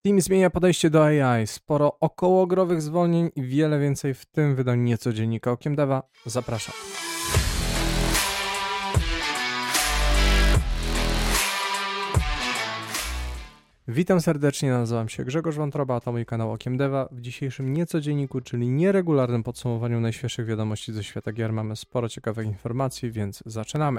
Team zmienia podejście do AI, sporo okołogrowych zwolnień i wiele więcej w tym wydaniu niecodziennika Okiem Deva. Zapraszam. Witam serdecznie, nazywam się Grzegorz Wątroba, a to mój kanał Okiem Deva. W dzisiejszym niecodzienniku, czyli nieregularnym podsumowaniu najświeższych wiadomości ze świata gier mamy sporo ciekawych informacji, więc zaczynamy.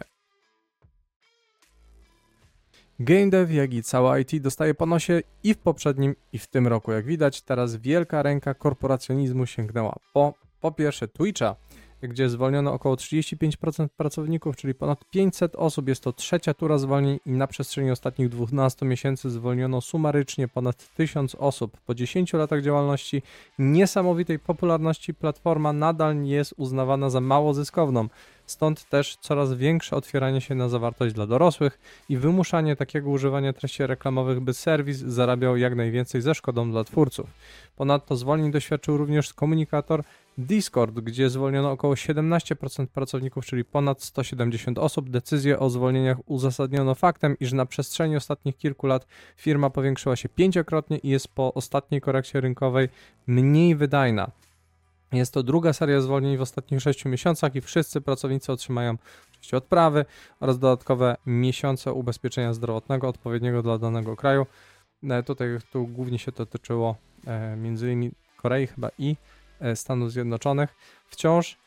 Game dev, jak i cała IT dostaje po nosie i w poprzednim, i w tym roku. Jak widać, teraz wielka ręka korporacjonizmu sięgnęła po pierwsze Twitcha, gdzie zwolniono około 35% pracowników, czyli ponad 500 osób. Jest to trzecia tura zwolnień i na przestrzeni ostatnich 12 miesięcy zwolniono sumarycznie ponad 1000 osób. Po 10 latach działalności, niesamowitej popularności, platforma nadal jest uznawana za mało zyskowną. Stąd też coraz większe otwieranie się na zawartość dla dorosłych i wymuszanie takiego używania treści reklamowych, by serwis zarabiał jak najwięcej ze szkodą dla twórców. Ponadto zwolnień doświadczył również komunikator Discord, gdzie zwolniono około 17% pracowników, czyli ponad 170 osób. Decyzję o zwolnieniach uzasadniono faktem, iż na przestrzeni ostatnich kilku lat firma powiększyła się 5-krotnie i jest po ostatniej korekcie rynkowej mniej wydajna. Jest to druga seria zwolnień w ostatnich 6 miesiącach i wszyscy pracownicy otrzymają oczywiście odprawy oraz dodatkowe miesiące ubezpieczenia zdrowotnego odpowiedniego dla danego kraju. Tu głównie się to tyczyło m.in. Korei chyba i Stanów Zjednoczonych. Wciąż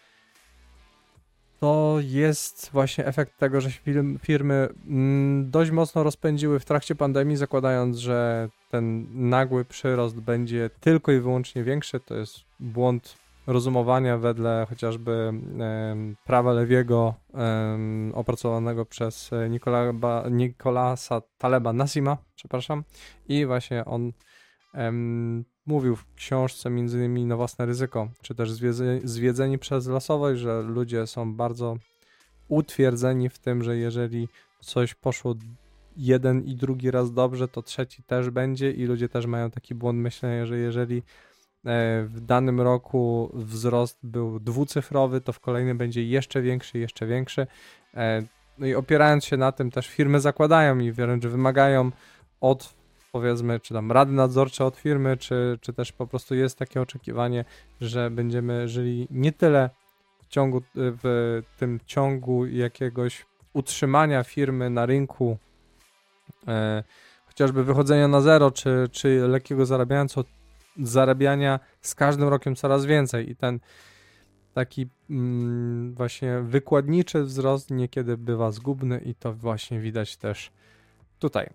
to jest właśnie efekt tego, że firmy dość mocno rozpędziły w trakcie pandemii, zakładając, że ten nagły przyrost będzie tylko i wyłącznie większy. To jest błąd rozumowania wedle chociażby prawa Lewiego opracowanego przez Nicolasa Taleba Nassima, i właśnie on mówił w książce m.in. Na własne ryzyko, czy też Zwiedzeni przez losowość, że ludzie są bardzo utwierdzeni w tym, że jeżeli coś poszło jeden i drugi raz dobrze, to trzeci też będzie i ludzie też mają taki błąd myślenia, że jeżeli w danym roku wzrost był dwucyfrowy, to w kolejnym będzie jeszcze większy. No i opierając się na tym też firmy zakładają i wręcz wymagają od, powiedzmy, czy tam rady nadzorcze od firmy, czy też po prostu jest takie oczekiwanie, że będziemy żyli nie tyle w tym ciągu jakiegoś utrzymania firmy na rynku, chociażby wychodzenia na zero, czy lekkiego zarabiania z każdym rokiem coraz więcej i ten taki właśnie wykładniczy wzrost niekiedy bywa zgubny i to właśnie widać też tutaj.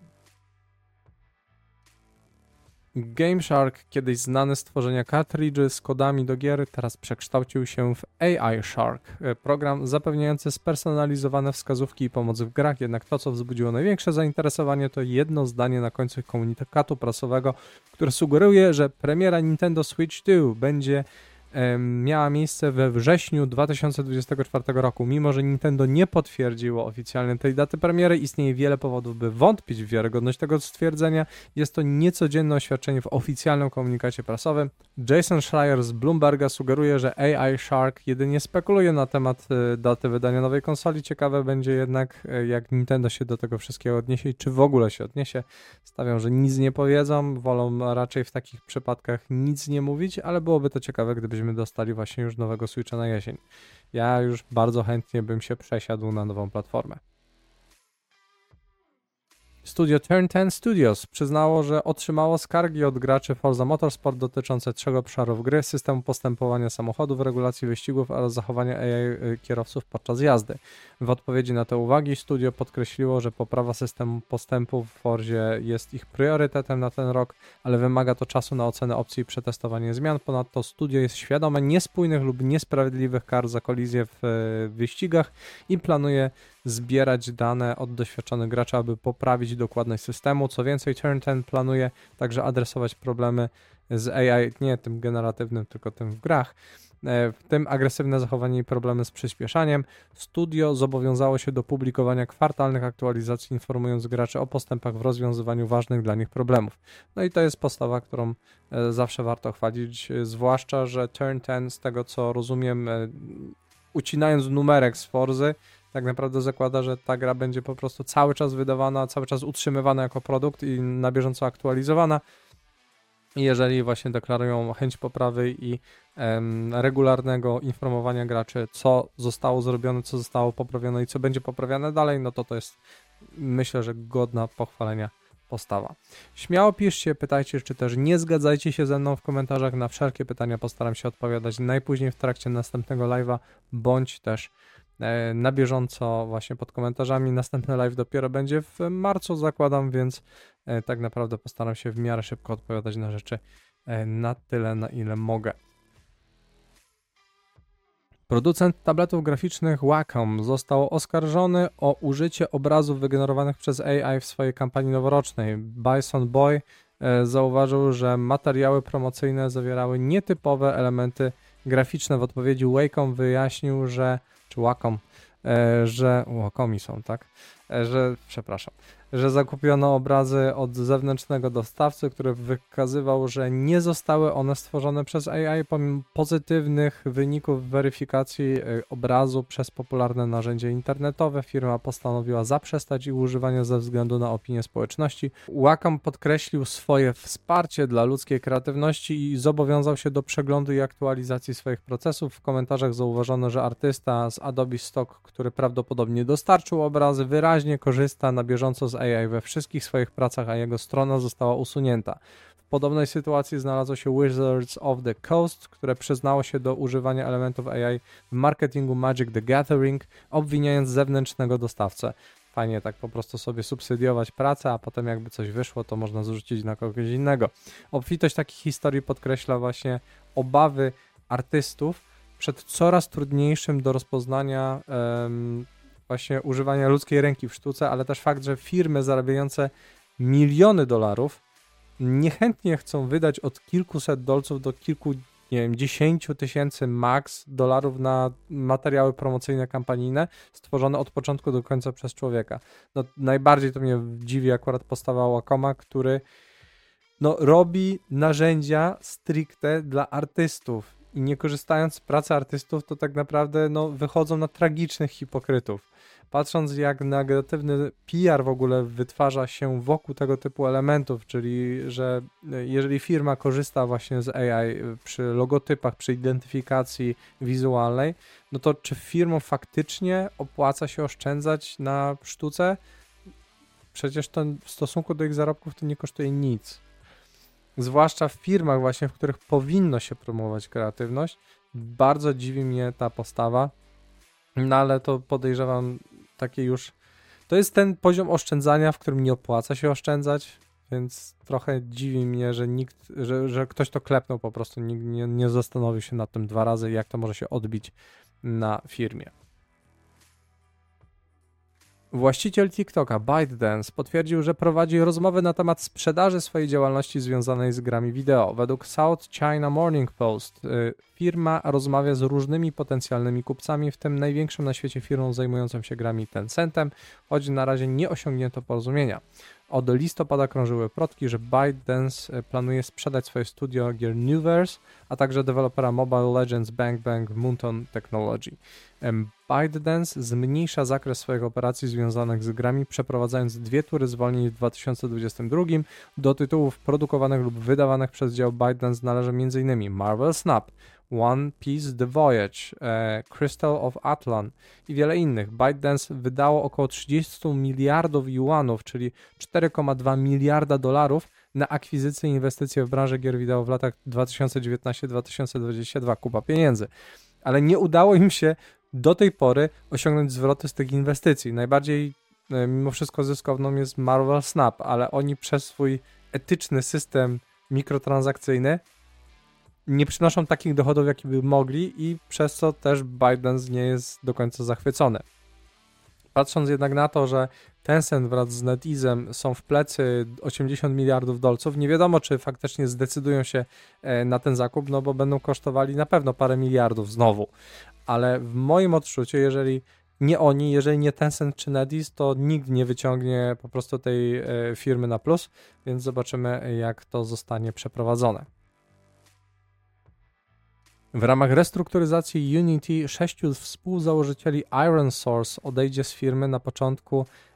GameShark, kiedyś znany z tworzenia kartridży z kodami do gier, teraz przekształcił się w AI Shark, program zapewniający spersonalizowane wskazówki i pomoc w grach, jednak to, co wzbudziło największe zainteresowanie, to jedno zdanie na końcu komunikatu prasowego, które sugeruje, że premiera Nintendo Switch 2 będzie miała miejsce we wrześniu 2024 roku. Mimo że Nintendo nie potwierdziło oficjalnie tej daty premiery, istnieje wiele powodów, by wątpić w wiarygodność tego stwierdzenia. Jest to niecodzienne oświadczenie w oficjalnym komunikacie prasowym. Jason Schreier z Bloomberga sugeruje, że AI Shark jedynie spekuluje na temat daty wydania nowej konsoli. Ciekawe będzie jednak, jak Nintendo się do tego wszystkiego odniesie i czy w ogóle się odniesie. Stawiam, że nic nie powiedzą, wolą raczej w takich przypadkach nic nie mówić, ale byłoby to ciekawe, gdybyśmy dostali właśnie już nowego Switcha na jesień. Ja już bardzo chętnie bym się przesiadł na nową platformę. Studio Turn 10 Studios przyznało, że otrzymało skargi od graczy Forza Motorsport dotyczące 3 obszarów gry, systemu postępowania samochodów, regulacji wyścigów oraz zachowania AI kierowców podczas jazdy. W odpowiedzi na te uwagi studio podkreśliło, że poprawa systemu postępu w Forzie jest ich priorytetem na ten rok, ale wymaga to czasu na ocenę opcji i przetestowanie zmian. Ponadto studio jest świadome niespójnych lub niesprawiedliwych kar za kolizję w wyścigach i planuje zbierać dane od doświadczonych graczy, aby poprawić dokładność systemu. Co więcej, Turn 10 planuje także adresować problemy z AI, nie tym generatywnym, tylko tym w grach, w tym agresywne zachowanie i problemy z przyspieszaniem. Studio zobowiązało się do publikowania kwartalnych aktualizacji, informując graczy o postępach w rozwiązywaniu ważnych dla nich problemów. No i to jest postawa, którą zawsze warto chwalić, zwłaszcza, że Turn 10, z tego co rozumiem, ucinając numerek z Forzy, tak naprawdę zakłada, że ta gra będzie po prostu cały czas wydawana, cały czas utrzymywana jako produkt i na bieżąco aktualizowana. jeżeli właśnie deklarują chęć poprawy i regularnego informowania graczy, co zostało zrobione, co zostało poprawione i co będzie poprawiane dalej, no to jest, myślę, że godna pochwalenia postawa. Śmiało piszcie, pytajcie, czy też nie zgadzajcie się ze mną w komentarzach. Na wszelkie pytania postaram się odpowiadać najpóźniej w trakcie następnego live'a, bądź też na bieżąco właśnie pod komentarzami. Następny live dopiero będzie w marcu, zakładam, więc tak naprawdę postaram się w miarę szybko odpowiadać na rzeczy na tyle, na ile mogę. Producent tabletów graficznych Wacom został oskarżony o użycie obrazów wygenerowanych przez AI w swojej kampanii noworocznej. Bison Boy zauważył, że materiały promocyjne zawierały nietypowe elementy graficzne. W odpowiedzi Wacom wyjaśnił, że Wacomi są, tak? Że zakupiono obrazy od zewnętrznego dostawcy, który wykazywał, że nie zostały one stworzone przez AI pomimo pozytywnych wyników weryfikacji obrazu przez popularne narzędzie internetowe. Firma postanowiła zaprzestać ich używania ze względu na opinię społeczności. Wacom podkreślił swoje wsparcie dla ludzkiej kreatywności i zobowiązał się do przeglądu i aktualizacji swoich procesów. W komentarzach zauważono, że artysta z Adobe Stock, który prawdopodobnie dostarczył obrazy, wyraźnie korzysta na bieżąco z AI we wszystkich swoich pracach, a jego strona została usunięta. W podobnej sytuacji znalazło się Wizards of the Coast, które przyznało się do używania elementów AI w marketingu Magic the Gathering, obwiniając zewnętrznego dostawcę. Fajnie tak po prostu sobie subsydiować pracę, a potem jakby coś wyszło, to można zrzucić na kogoś innego. Obfitość takich historii podkreśla właśnie obawy artystów przed coraz trudniejszym do rozpoznania właśnie używania ludzkiej ręki w sztuce, ale też fakt, że firmy zarabiające miliony dolarów niechętnie chcą wydać od kilkuset dolców do kilku, nie wiem, 10 000 max dolarów na materiały promocyjne, kampanijne, stworzone od początku do końca przez człowieka. No, najbardziej to mnie dziwi akurat postawa Wacoma, który robi narzędzia stricte dla artystów i nie korzystając z pracy artystów, to tak naprawdę wychodzą na tragicznych hipokrytów. Patrząc, jak negatywny PR w ogóle wytwarza się wokół tego typu elementów, czyli że jeżeli firma korzysta właśnie z AI przy logotypach, przy identyfikacji wizualnej, no to czy firmom faktycznie opłaca się oszczędzać na sztuce? Przecież to w stosunku do ich zarobków to nie kosztuje nic. Zwłaszcza w firmach właśnie, w których powinno się promować kreatywność. Bardzo dziwi mnie ta postawa, no ale to podejrzewam takie już... To jest ten poziom oszczędzania, w którym nie opłaca się oszczędzać, więc trochę dziwi mnie, że ktoś to klepnął po prostu, nikt nie zastanowił się nad tym 2 razy, jak to może się odbić na firmie. Właściciel TikToka, ByteDance, potwierdził, że prowadzi rozmowy na temat sprzedaży swojej działalności związanej z grami wideo. Według South China Morning Post firma rozmawia z różnymi potencjalnymi kupcami, w tym największą na świecie firmą zajmującą się grami Tencentem, choć na razie nie osiągnięto porozumienia. Od listopada krążyły plotki, że ByteDance planuje sprzedać swoje studio gier Newverse, a także dewelopera Mobile Legends Bang Bang Moonton Technology. ByteDance zmniejsza zakres swoich operacji związanych z grami, przeprowadzając 2 tury zwolnień w 2022. Do tytułów produkowanych lub wydawanych przez dział ByteDance należy m.in. Marvel Snap, One Piece The Voyage, Crystal of Atlan i wiele innych. ByteDance wydało około 30 miliardów juanów, czyli 4,2 miliarda dolarów na akwizycje i inwestycje w branży gier wideo w latach 2019-2022. Kupa pieniędzy. Ale nie udało im się do tej pory osiągnąć zwroty z tych inwestycji. Najbardziej mimo wszystko zyskowną jest Marvel Snap, ale oni przez swój etyczny system mikrotransakcyjny nie przynoszą takich dochodów, jakie by mogli i przez co też ByteDance nie jest do końca zachwycony. Patrząc jednak na to, że Tencent wraz z NetEase'em są w plecy 80 miliardów dolców, nie wiadomo, czy faktycznie zdecydują się na ten zakup, bo będą kosztowali na pewno parę miliardów znowu. Ale w moim odczuciu, jeżeli nie Tencent czy NetEase, to nikt nie wyciągnie po prostu tej firmy na plus, więc zobaczymy, jak to zostanie przeprowadzone. W ramach restrukturyzacji Unity 6 współzałożycieli ironSource odejdzie z firmy na początku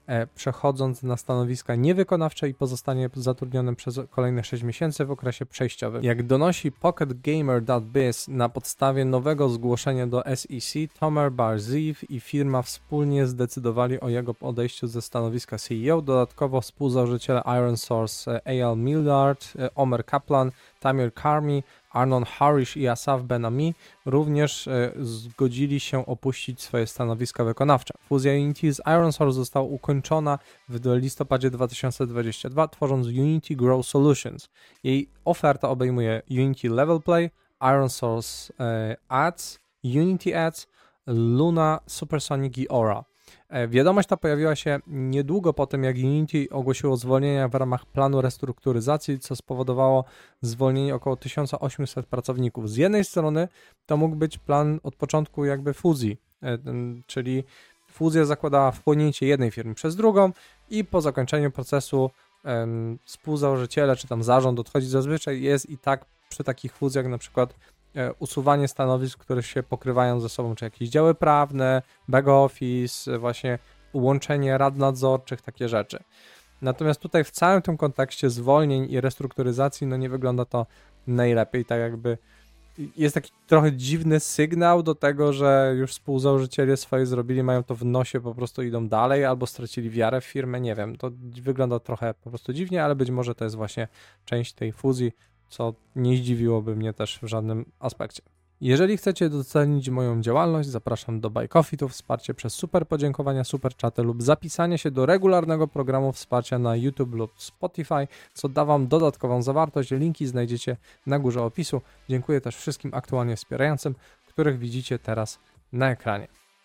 przechodząc na stanowiska niewykonawcze i pozostanie zatrudnionym przez kolejne 6 miesięcy w okresie przejściowym. Jak donosi PocketGamer.biz, na podstawie nowego zgłoszenia do SEC, Tomer Bar-Zeev i firma wspólnie zdecydowali o jego odejściu ze stanowiska CEO. Dodatkowo współzałożyciele ironSource Eyal Millard, Omer Kaplan, Tamir Karmi, Arnon Harish i Asaf Ben-Ami również zgodzili się opuścić swoje stanowiska wykonawcze. Fuzja Unity z ironSource została ukończona w listopadzie 2022, tworząc Unity Grow Solutions. Jej oferta obejmuje Unity Level Play, ironSource Ads, Unity Ads, Luna, Supersonic i Aura. Wiadomość ta pojawiła się niedługo po tym, jak Unity ogłosiło zwolnienia w ramach planu restrukturyzacji, co spowodowało zwolnienie około 1800 pracowników. Z jednej strony to mógł być plan od początku jakby fuzji, czyli fuzja zakładała wchłonięcie jednej firmy przez drugą i po zakończeniu procesu współzałożyciele czy tam zarząd odchodzi. Zazwyczaj jest i tak przy takich fuzjach na przykład usuwanie stanowisk, które się pokrywają ze sobą, czy jakieś działy prawne, back office, właśnie łączenie rad nadzorczych, takie rzeczy. Natomiast tutaj w całym tym kontekście zwolnień i restrukturyzacji no nie wygląda to najlepiej, tak jakby jest taki trochę dziwny sygnał do tego, że już współzałożyciele swoje zrobili, mają to w nosie, po prostu idą dalej albo stracili wiarę w firmę, nie wiem, to wygląda trochę po prostu dziwnie, ale być może to jest właśnie część tej fuzji, co nie zdziwiłoby mnie też w żadnym aspekcie. Jeżeli chcecie docenić moją działalność, zapraszam do Buy Coffee, to wsparcie przez super podziękowania, super czaty lub zapisanie się do regularnego programu wsparcia na YouTube lub Spotify, co da Wam dodatkową zawartość. Linki znajdziecie na górze opisu. Dziękuję też wszystkim aktualnie wspierającym, których widzicie teraz na ekranie.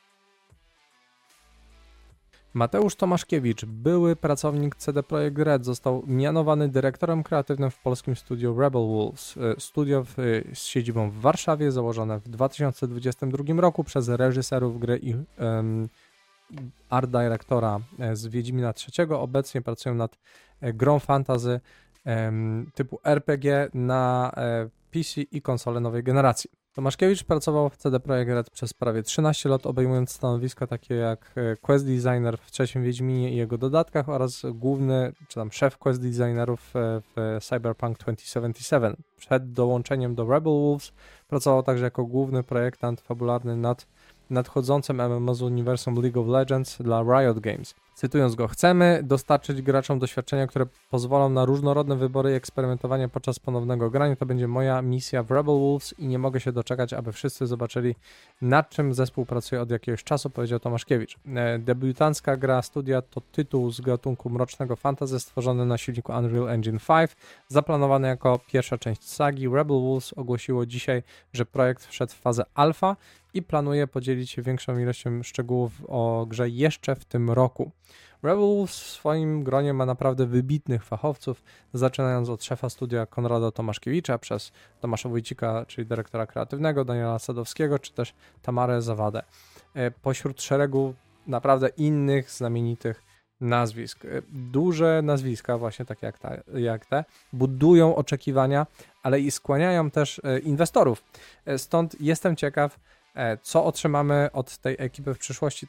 Mateusz Tomaszkiewicz, były pracownik CD Projekt Red, został mianowany dyrektorem kreatywnym w polskim studiu Rebel Wolves. Studio z siedzibą w Warszawie, założone w 2022 roku przez reżyserów gry i art dyrektora z Wiedźmina III. Obecnie pracują nad grą fantasy typu RPG na PC i konsole nowej generacji. Tomaszkiewicz pracował w CD Projekt Red przez prawie 13 lat, obejmując stanowiska takie jak quest designer w trzecim Wiedźminie i jego dodatkach oraz główny, czy tam szef quest designerów w Cyberpunk 2077. Przed dołączeniem do Rebel Wolves pracował także jako główny projektant fabularny nad nadchodzącym MMO z uniwersum League of Legends dla Riot Games. Cytując go, chcemy dostarczyć graczom doświadczenia, które pozwolą na różnorodne wybory i eksperymentowanie podczas ponownego grania. To będzie moja misja w Rebel Wolves i nie mogę się doczekać, aby wszyscy zobaczyli, nad czym zespół pracuje od jakiegoś czasu, powiedział Tomaszkiewicz. Debiutancka gra studia to tytuł z gatunku mrocznego fantasy stworzony na silniku Unreal Engine 5, zaplanowany jako pierwsza część sagi. Rebel Wolves ogłosiło dzisiaj, że projekt wszedł w fazę alfa i planuje podzielić się większą ilością szczegółów o grze jeszcze w tym roku. Rebel Wolves w swoim gronie ma naprawdę wybitnych fachowców, zaczynając od szefa studia Konrada Tomaszkiewicza, przez Tomasza Wójcika, czyli dyrektora kreatywnego, Daniela Sadowskiego, czy też Tamarę Zawadę. Pośród szeregu naprawdę innych znamienitych nazwisk. Duże nazwiska, właśnie takie jak te, budują oczekiwania, ale i skłaniają też inwestorów. Stąd jestem ciekaw, co otrzymamy od tej ekipy w przyszłości.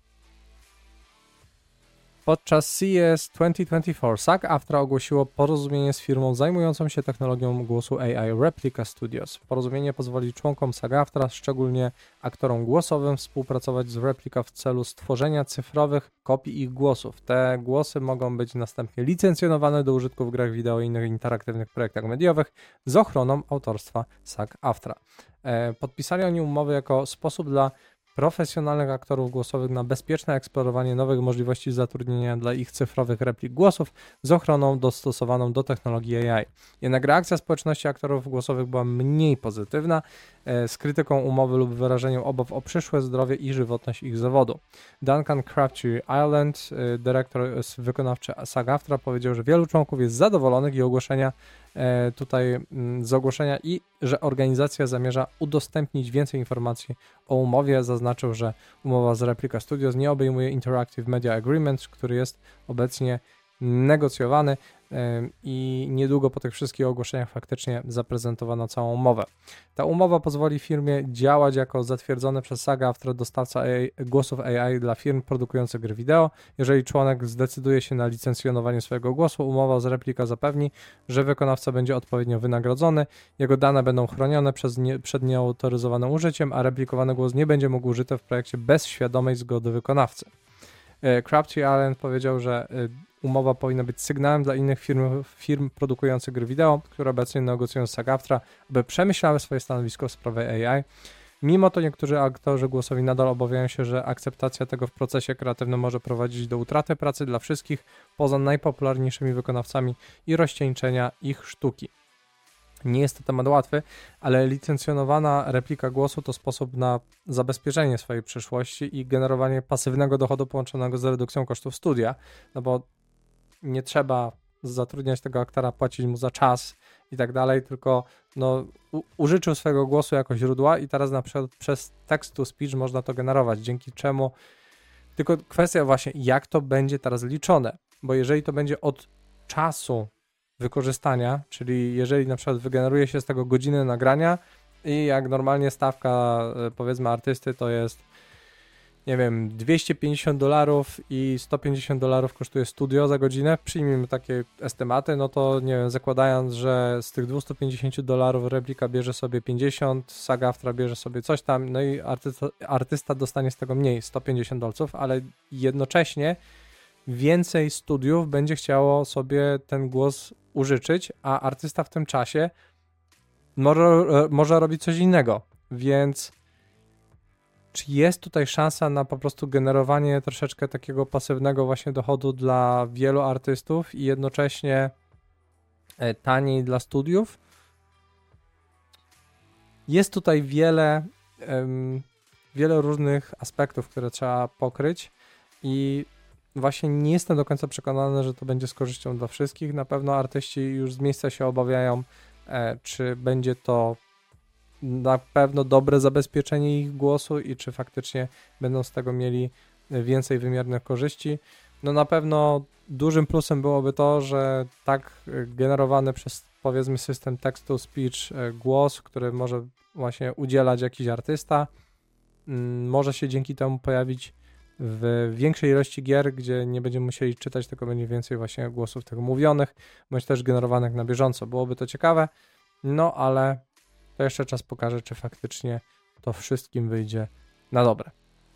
Podczas CES 2024 SAG-AFTRA ogłosiło porozumienie z firmą zajmującą się technologią głosu AI Replica Studios. Porozumienie pozwoli członkom SAG-AFTRA, szczególnie aktorom głosowym, współpracować z Replica w celu stworzenia cyfrowych kopii ich głosów. Te głosy mogą być następnie licencjonowane do użytku w grach wideo i innych interaktywnych projektach mediowych z ochroną autorstwa SAG-AFTRA. Podpisali oni umowy jako sposób dla profesjonalnych aktorów głosowych na bezpieczne eksplorowanie nowych możliwości zatrudnienia dla ich cyfrowych replik głosów z ochroną dostosowaną do technologii AI. Jednak reakcja społeczności aktorów głosowych była mniej pozytywna, z krytyką umowy lub wyrażeniem obaw o przyszłe zdrowie i żywotność ich zawodu. Duncan Crabtree-Ireland, dyrektor wykonawczy SAG-AFTRA, powiedział, że wielu członków jest zadowolonych z ogłoszenia i że organizacja zamierza udostępnić więcej informacji o umowie. Zaznaczył, że umowa z Replica Studios nie obejmuje Interactive Media Agreement, który jest obecnie negocjowany. i niedługo po tych wszystkich ogłoszeniach faktycznie zaprezentowano całą umowę. Ta umowa pozwoli firmie działać jako zatwierdzony przez SAG-AFTRA dostawca głosów AI dla firm produkujących gry wideo. Jeżeli członek zdecyduje się na licencjonowanie swojego głosu, umowa z Replika zapewni, że wykonawca będzie odpowiednio wynagrodzony, jego dane będą chronione przed nieautoryzowanym użyciem, a replikowany głos nie będzie mógł użyty w projekcie bez świadomej zgody wykonawcy. Crabtree Allen powiedział, że umowa powinna być sygnałem dla innych firm produkujących gry wideo, które obecnie negocjują z SAG-AFTRA, aby przemyślały swoje stanowisko w sprawie AI. Mimo to niektórzy aktorzy głosowi nadal obawiają się, że akceptacja tego w procesie kreatywnym może prowadzić do utraty pracy dla wszystkich poza najpopularniejszymi wykonawcami i rozcieńczenia ich sztuki. Nie jest to temat łatwy, ale licencjonowana replika głosu to sposób na zabezpieczenie swojej przyszłości i generowanie pasywnego dochodu połączonego z redukcją kosztów studia, no bo nie trzeba zatrudniać tego aktora, płacić mu za czas i tak dalej, tylko użyczył swojego głosu jako źródła i teraz na przykład przez text to speech można to generować, dzięki czemu tylko kwestia właśnie, jak to będzie teraz liczone, bo jeżeli to będzie od czasu wykorzystania, czyli jeżeli na przykład wygeneruje się z tego godziny nagrania i jak normalnie stawka powiedzmy artysty to jest, nie wiem, $250 i $150 kosztuje studio za godzinę, przyjmijmy takie estymaty, no to nie wiem, zakładając, że z tych $250 replika bierze sobie 50, SAG-AFTRA bierze sobie coś tam, no i artysta dostanie z tego mniej, $150, ale jednocześnie więcej studiów będzie chciało sobie ten głos użyczyć, a artysta w tym czasie może robić coś innego, więc czy jest tutaj szansa na po prostu generowanie troszeczkę takiego pasywnego właśnie dochodu dla wielu artystów i jednocześnie taniej dla studiów? Jest tutaj wiele różnych aspektów, które trzeba pokryć i właśnie nie jestem do końca przekonany, że to będzie z korzyścią dla wszystkich. Na pewno artyści już z miejsca się obawiają, czy będzie to na pewno dobre zabezpieczenie ich głosu i czy faktycznie będą z tego mieli więcej wymiernych korzyści. No na pewno dużym plusem byłoby to, że tak generowany przez powiedzmy system text-to-speech głos, który może właśnie udzielać jakiś artysta, może się dzięki temu pojawić w większej ilości gier, gdzie nie będziemy musieli czytać, tylko będzie więcej właśnie głosów tych mówionych, bądź też generowanych na bieżąco. Byłoby to ciekawe, no ale to jeszcze czas pokaże, czy faktycznie to wszystkim wyjdzie na dobre.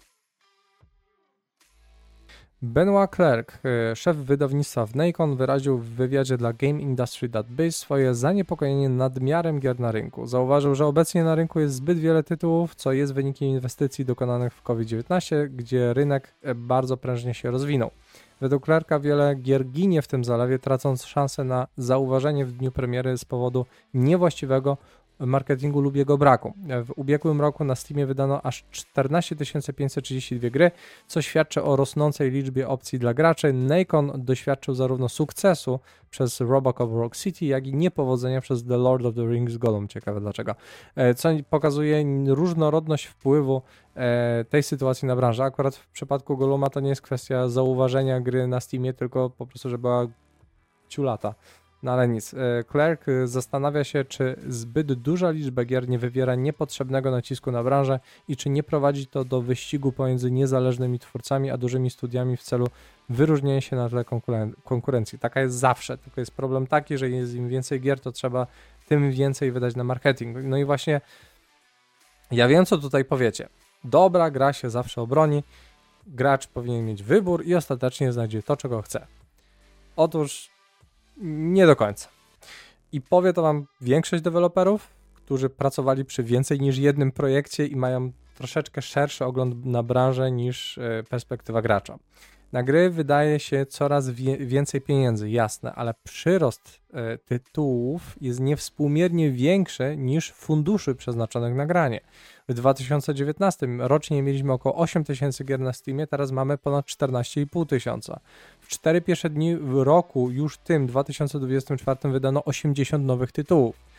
Benoit Clerc, szef wydawnictwa w Nacon, wyraził w wywiadzie dla GameIndustry.biz swoje zaniepokojenie nadmiarem gier na rynku. Zauważył, że obecnie na rynku jest zbyt wiele tytułów, co jest wynikiem inwestycji dokonanych w COVID-19, gdzie rynek bardzo prężnie się rozwinął. Według Clerca wiele gier ginie w tym zalewie, tracąc szansę na zauważenie w dniu premiery z powodu niewłaściwego marketingu lub jego braku. W ubiegłym roku na Steamie wydano aż 14 532 gry, co świadczy o rosnącej liczbie opcji dla graczy. Nacon doświadczył zarówno sukcesu przez Robocop Rogue City, jak i niepowodzenia przez The Lord of the Rings Gollum. Ciekawe dlaczego. Co pokazuje różnorodność wpływu tej sytuacji na branżę. Akurat w przypadku Golluma to nie jest kwestia zauważenia gry na Steamie, tylko po prostu, że była ciulata. No ale nic. Clerc zastanawia się, czy zbyt duża liczba gier nie wywiera niepotrzebnego nacisku na branżę i czy nie prowadzi to do wyścigu pomiędzy niezależnymi twórcami a dużymi studiami w celu wyróżnienia się na tle konkurencji. Taka jest zawsze, tylko jest problem taki, że im więcej gier, to trzeba tym więcej wydać na marketing. No i właśnie ja wiem, co tutaj powiecie. Dobra gra się zawsze obroni, gracz powinien mieć wybór i ostatecznie znajdzie to, czego chce. Otóż nie do końca. I powie to wam większość deweloperów, którzy pracowali przy więcej niż jednym projekcie i mają troszeczkę szerszy ogląd na branżę niż perspektywa gracza. Na gry wydaje się coraz więcej pieniędzy, jasne, ale przyrost tytułów jest niewspółmiernie większy niż funduszy przeznaczonych na granie. W 2019 rocznie mieliśmy około 8 tysięcy gier na Steamie, teraz mamy ponad 14,5 tysiąca. W 4 pierwsze dni w roku, już tym 2024, wydano 80 nowych tytułów.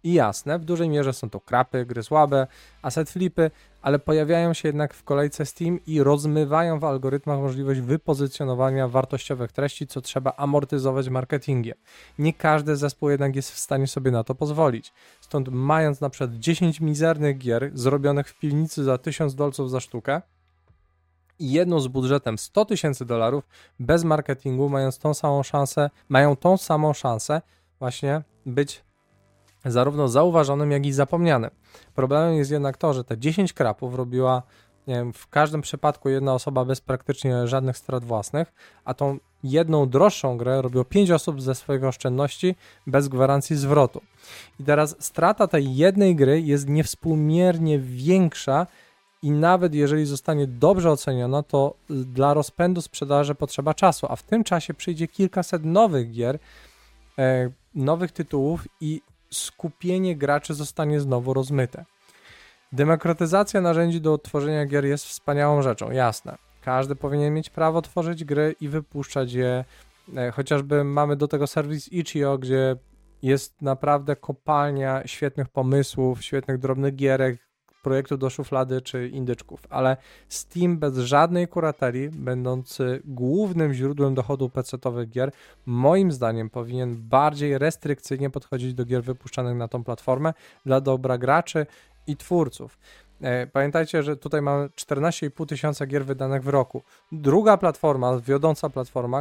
I jasne, w dużej mierze są to krapy, gry słabe, asset flipy, ale pojawiają się jednak w kolejce Steam i rozmywają w algorytmach możliwość wypozycjonowania wartościowych treści, co trzeba amortyzować marketingiem. Nie każdy zespół jednak jest w stanie sobie na to pozwolić. Stąd mając na przykład 10 mizernych gier zrobionych w piwnicy za $1000 za sztukę i jedną z budżetem $100,000 bez marketingu, mają tą samą szansę właśnie być zarówno zauważonym, jak i zapomnianym. Problemem jest jednak to, że te 10 krapów robiła, nie wiem, w każdym przypadku jedna osoba bez praktycznie żadnych strat własnych, a tą jedną droższą grę robiło 5 osób ze swoich oszczędności bez gwarancji zwrotu. I teraz strata tej jednej gry jest niewspółmiernie większa i nawet jeżeli zostanie dobrze oceniona, to dla rozpędu sprzedaży potrzeba czasu, a w tym czasie przyjdzie kilkaset nowych gier, nowych tytułów i skupienie graczy zostanie znowu rozmyte. Demokratyzacja narzędzi do tworzenia gier jest wspaniałą rzeczą, jasne. Każdy powinien mieć prawo tworzyć gry i wypuszczać je. Chociażby mamy do tego serwis itch.io, gdzie jest naprawdę kopalnia świetnych pomysłów, świetnych drobnych gierek, projektów do szuflady czy indyczków, ale Steam bez żadnej kurateli, będący głównym źródłem dochodu PC-towych gier, moim zdaniem powinien bardziej restrykcyjnie podchodzić do gier wypuszczanych na tą platformę dla dobra graczy i twórców. Pamiętajcie, że tutaj mamy 14,5 tysiąca gier wydanych w roku. Druga platforma, wiodąca platforma,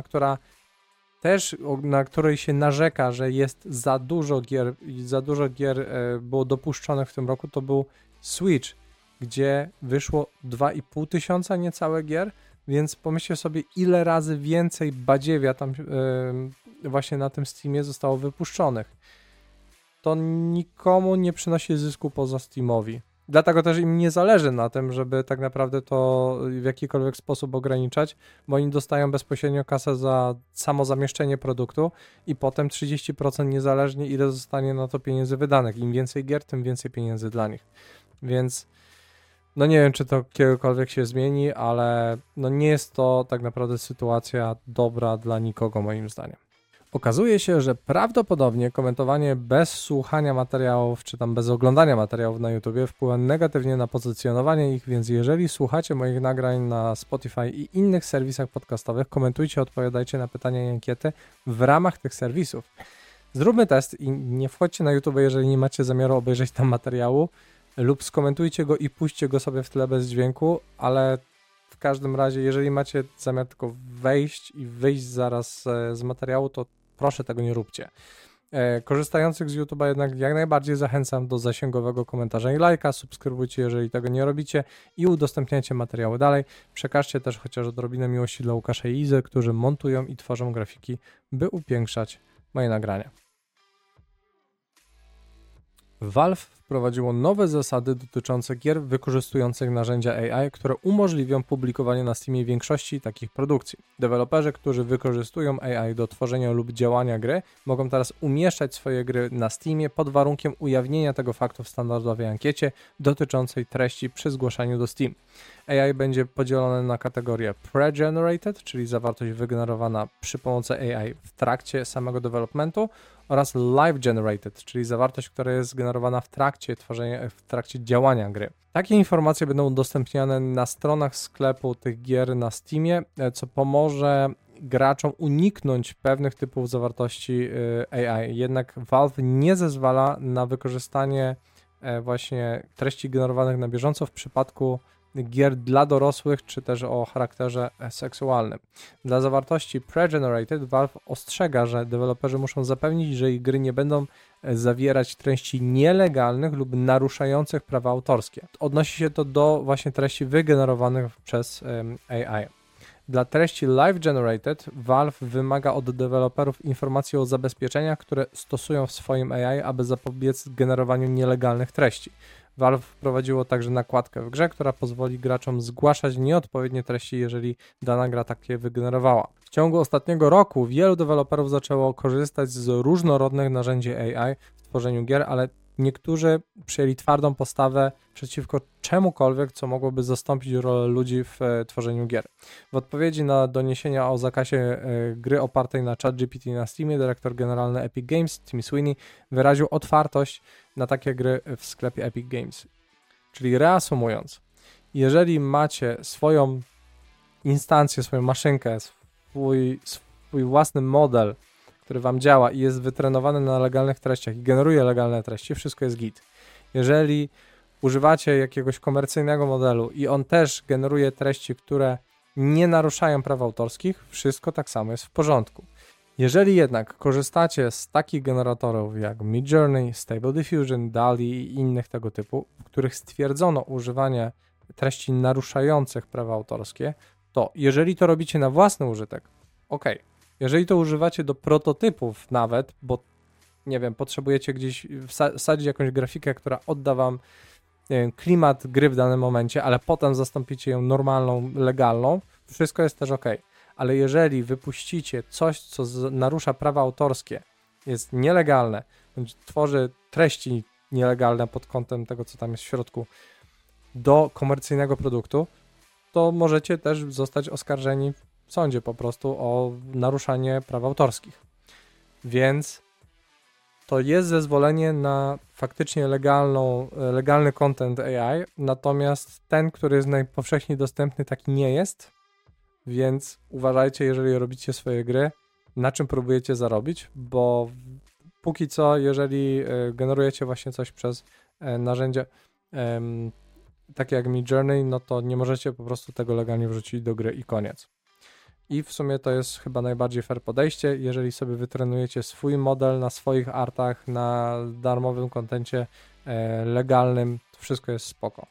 na której się narzeka, że jest za dużo gier było dopuszczonych w tym roku, to był Switch, gdzie wyszło 2,5 tysiąca niecałe gier, więc pomyślcie sobie, ile razy więcej badziewia tam właśnie na tym Steamie zostało wypuszczonych. To nikomu nie przynosi zysku poza Steamowi. Dlatego też im nie zależy na tym, żeby tak naprawdę to w jakikolwiek sposób ograniczać, bo oni dostają bezpośrednio kasę za samo zamieszczenie produktu i potem 30% niezależnie ile zostanie na to pieniędzy wydanych. Im więcej gier, tym więcej pieniędzy dla nich. Więc no nie wiem, czy to kiedykolwiek się zmieni, ale no nie jest to tak naprawdę sytuacja dobra dla nikogo moim zdaniem. Okazuje się, że prawdopodobnie komentowanie bez słuchania materiałów, czy tam bez oglądania materiałów na YouTubie wpływa negatywnie na pozycjonowanie ich, więc jeżeli słuchacie moich nagrań na Spotify i innych serwisach podcastowych, komentujcie, odpowiadajcie na pytania i ankiety w ramach tych serwisów. Zróbmy test i nie wchodźcie na YouTube, jeżeli nie macie zamiaru obejrzeć tam materiału, lub skomentujcie go i puśćcie go sobie w tle bez dźwięku, ale w każdym razie, jeżeli macie zamiar tylko wejść i wyjść zaraz z materiału, to proszę tego nie róbcie. Korzystających z YouTube'a jednak jak najbardziej zachęcam do zasięgowego komentarza i lajka, subskrybujcie, jeżeli tego nie robicie i udostępniajcie materiały dalej. Przekażcie też chociaż odrobinę miłości dla Łukasza i Izy, którzy montują i tworzą grafiki, by upiększać moje nagrania. Valve wprowadziło nowe zasady dotyczące gier wykorzystujących narzędzia AI, które umożliwią publikowanie na Steamie większości takich produkcji. Deweloperzy, którzy wykorzystują AI do tworzenia lub działania gry, mogą teraz umieszczać swoje gry na Steamie pod warunkiem ujawnienia tego faktu w standardowej ankiecie dotyczącej treści przy zgłaszaniu do Steam. AI będzie podzielone na kategorię pre-generated, czyli zawartość wygenerowana przy pomocy AI w trakcie samego developmentu, oraz live generated, czyli zawartość, która jest generowana w trakcie działania gry. Takie informacje będą udostępniane na stronach sklepu tych gier na Steamie, co pomoże graczom uniknąć pewnych typów zawartości AI. Jednak Valve nie zezwala na wykorzystanie właśnie treści generowanych na bieżąco w przypadku gier dla dorosłych, czy też o charakterze seksualnym. Dla zawartości pre-generated Valve ostrzega, że deweloperzy muszą zapewnić, że ich gry nie będą zawierać treści nielegalnych lub naruszających prawa autorskie. Odnosi się to do właśnie treści wygenerowanych przez AI. Dla treści live generated Valve wymaga od deweloperów informacji o zabezpieczeniach, które stosują w swoim AI, aby zapobiec generowaniu nielegalnych treści. Valve wprowadziło także nakładkę w grze, która pozwoli graczom zgłaszać nieodpowiednie treści, jeżeli dana gra takie wygenerowała. W ciągu ostatniego roku wielu deweloperów zaczęło korzystać z różnorodnych narzędzi AI w tworzeniu gier, ale niektórzy przyjęli twardą postawę przeciwko czemukolwiek, co mogłoby zastąpić rolę ludzi w tworzeniu gier. W odpowiedzi na doniesienia o zakazie gry opartej na ChatGPT na Steamie, dyrektor generalny Epic Games, Tim Sweeney, wyraził otwartość na takie gry w sklepie Epic Games. Czyli reasumując, jeżeli macie swoją instancję, swoją maszynkę, swój własny model, który wam działa i jest wytrenowany na legalnych treściach i generuje legalne treści, wszystko jest git. Jeżeli używacie jakiegoś komercyjnego modelu i on też generuje treści, które nie naruszają praw autorskich, wszystko tak samo jest w porządku. Jeżeli jednak korzystacie z takich generatorów jak Midjourney, Stable Diffusion, DALL-E i innych tego typu, w których stwierdzono używanie treści naruszających prawa autorskie, to jeżeli to robicie na własny użytek, ok. Jeżeli to używacie do prototypów nawet, bo nie wiem, potrzebujecie gdzieś wsadzić jakąś grafikę, która odda wam, nie wiem, klimat gry w danym momencie, ale potem zastąpicie ją normalną, legalną, wszystko jest też ok. Ale jeżeli wypuścicie coś, co narusza prawa autorskie, jest nielegalne, bądź tworzy treści nielegalne pod kątem tego, co tam jest w środku, do komercyjnego produktu, to możecie też zostać oskarżeni w sądzie po prostu o naruszanie praw autorskich. Więc to jest zezwolenie na faktycznie legalny content AI, natomiast ten, który jest najpowszechniej dostępny, taki nie jest, więc uważajcie, jeżeli robicie swoje gry, na czym próbujecie zarobić, bo póki co, jeżeli generujecie właśnie coś przez narzędzie takie jak Midjourney, no to nie możecie po prostu tego legalnie wrzucić do gry i koniec. I w sumie to jest chyba najbardziej fair podejście, jeżeli sobie wytrenujecie swój model na swoich artach, na darmowym kontencie legalnym, to wszystko jest spoko.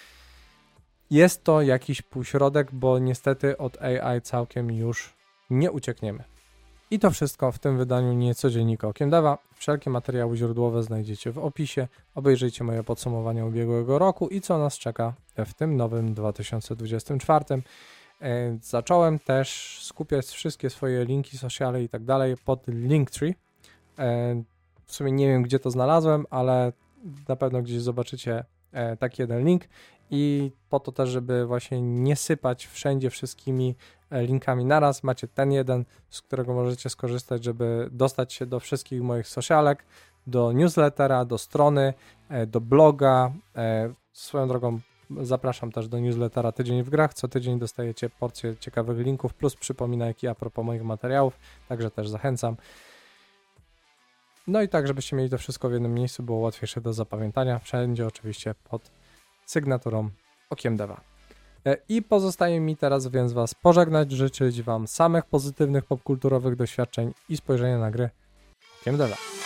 Jest to jakiś półśrodek, bo niestety od AI całkiem już nie uciekniemy. I to wszystko w tym wydaniu Niecodziennika Okiem Deva. Wszelkie materiały źródłowe znajdziecie w opisie. Obejrzyjcie moje podsumowanie ubiegłego roku i co nas czeka w tym nowym 2024. Zacząłem też skupiać wszystkie swoje linki, sociale i tak dalej pod Linktree. W sumie nie wiem, gdzie to znalazłem, ale na pewno gdzieś zobaczycie taki jeden link i po to też, żeby właśnie nie sypać wszędzie wszystkimi linkami naraz, macie ten jeden, z którego możecie skorzystać, żeby dostać się do wszystkich moich socialek, do newslettera, do strony, do bloga. Swoją drogą zapraszam też do newslettera Tydzień w Grach. Co tydzień dostajecie porcję ciekawych linków plus przypominajki a propos moich materiałów, także też zachęcam. No i tak, żebyście mieli to wszystko w jednym miejscu, było łatwiejsze do zapamiętania. Wszędzie oczywiście pod sygnaturą Okiem Deva. I pozostaje mi teraz więc was pożegnać, życzyć wam samych pozytywnych popkulturowych doświadczeń i spojrzenia na gry Okiem Deva.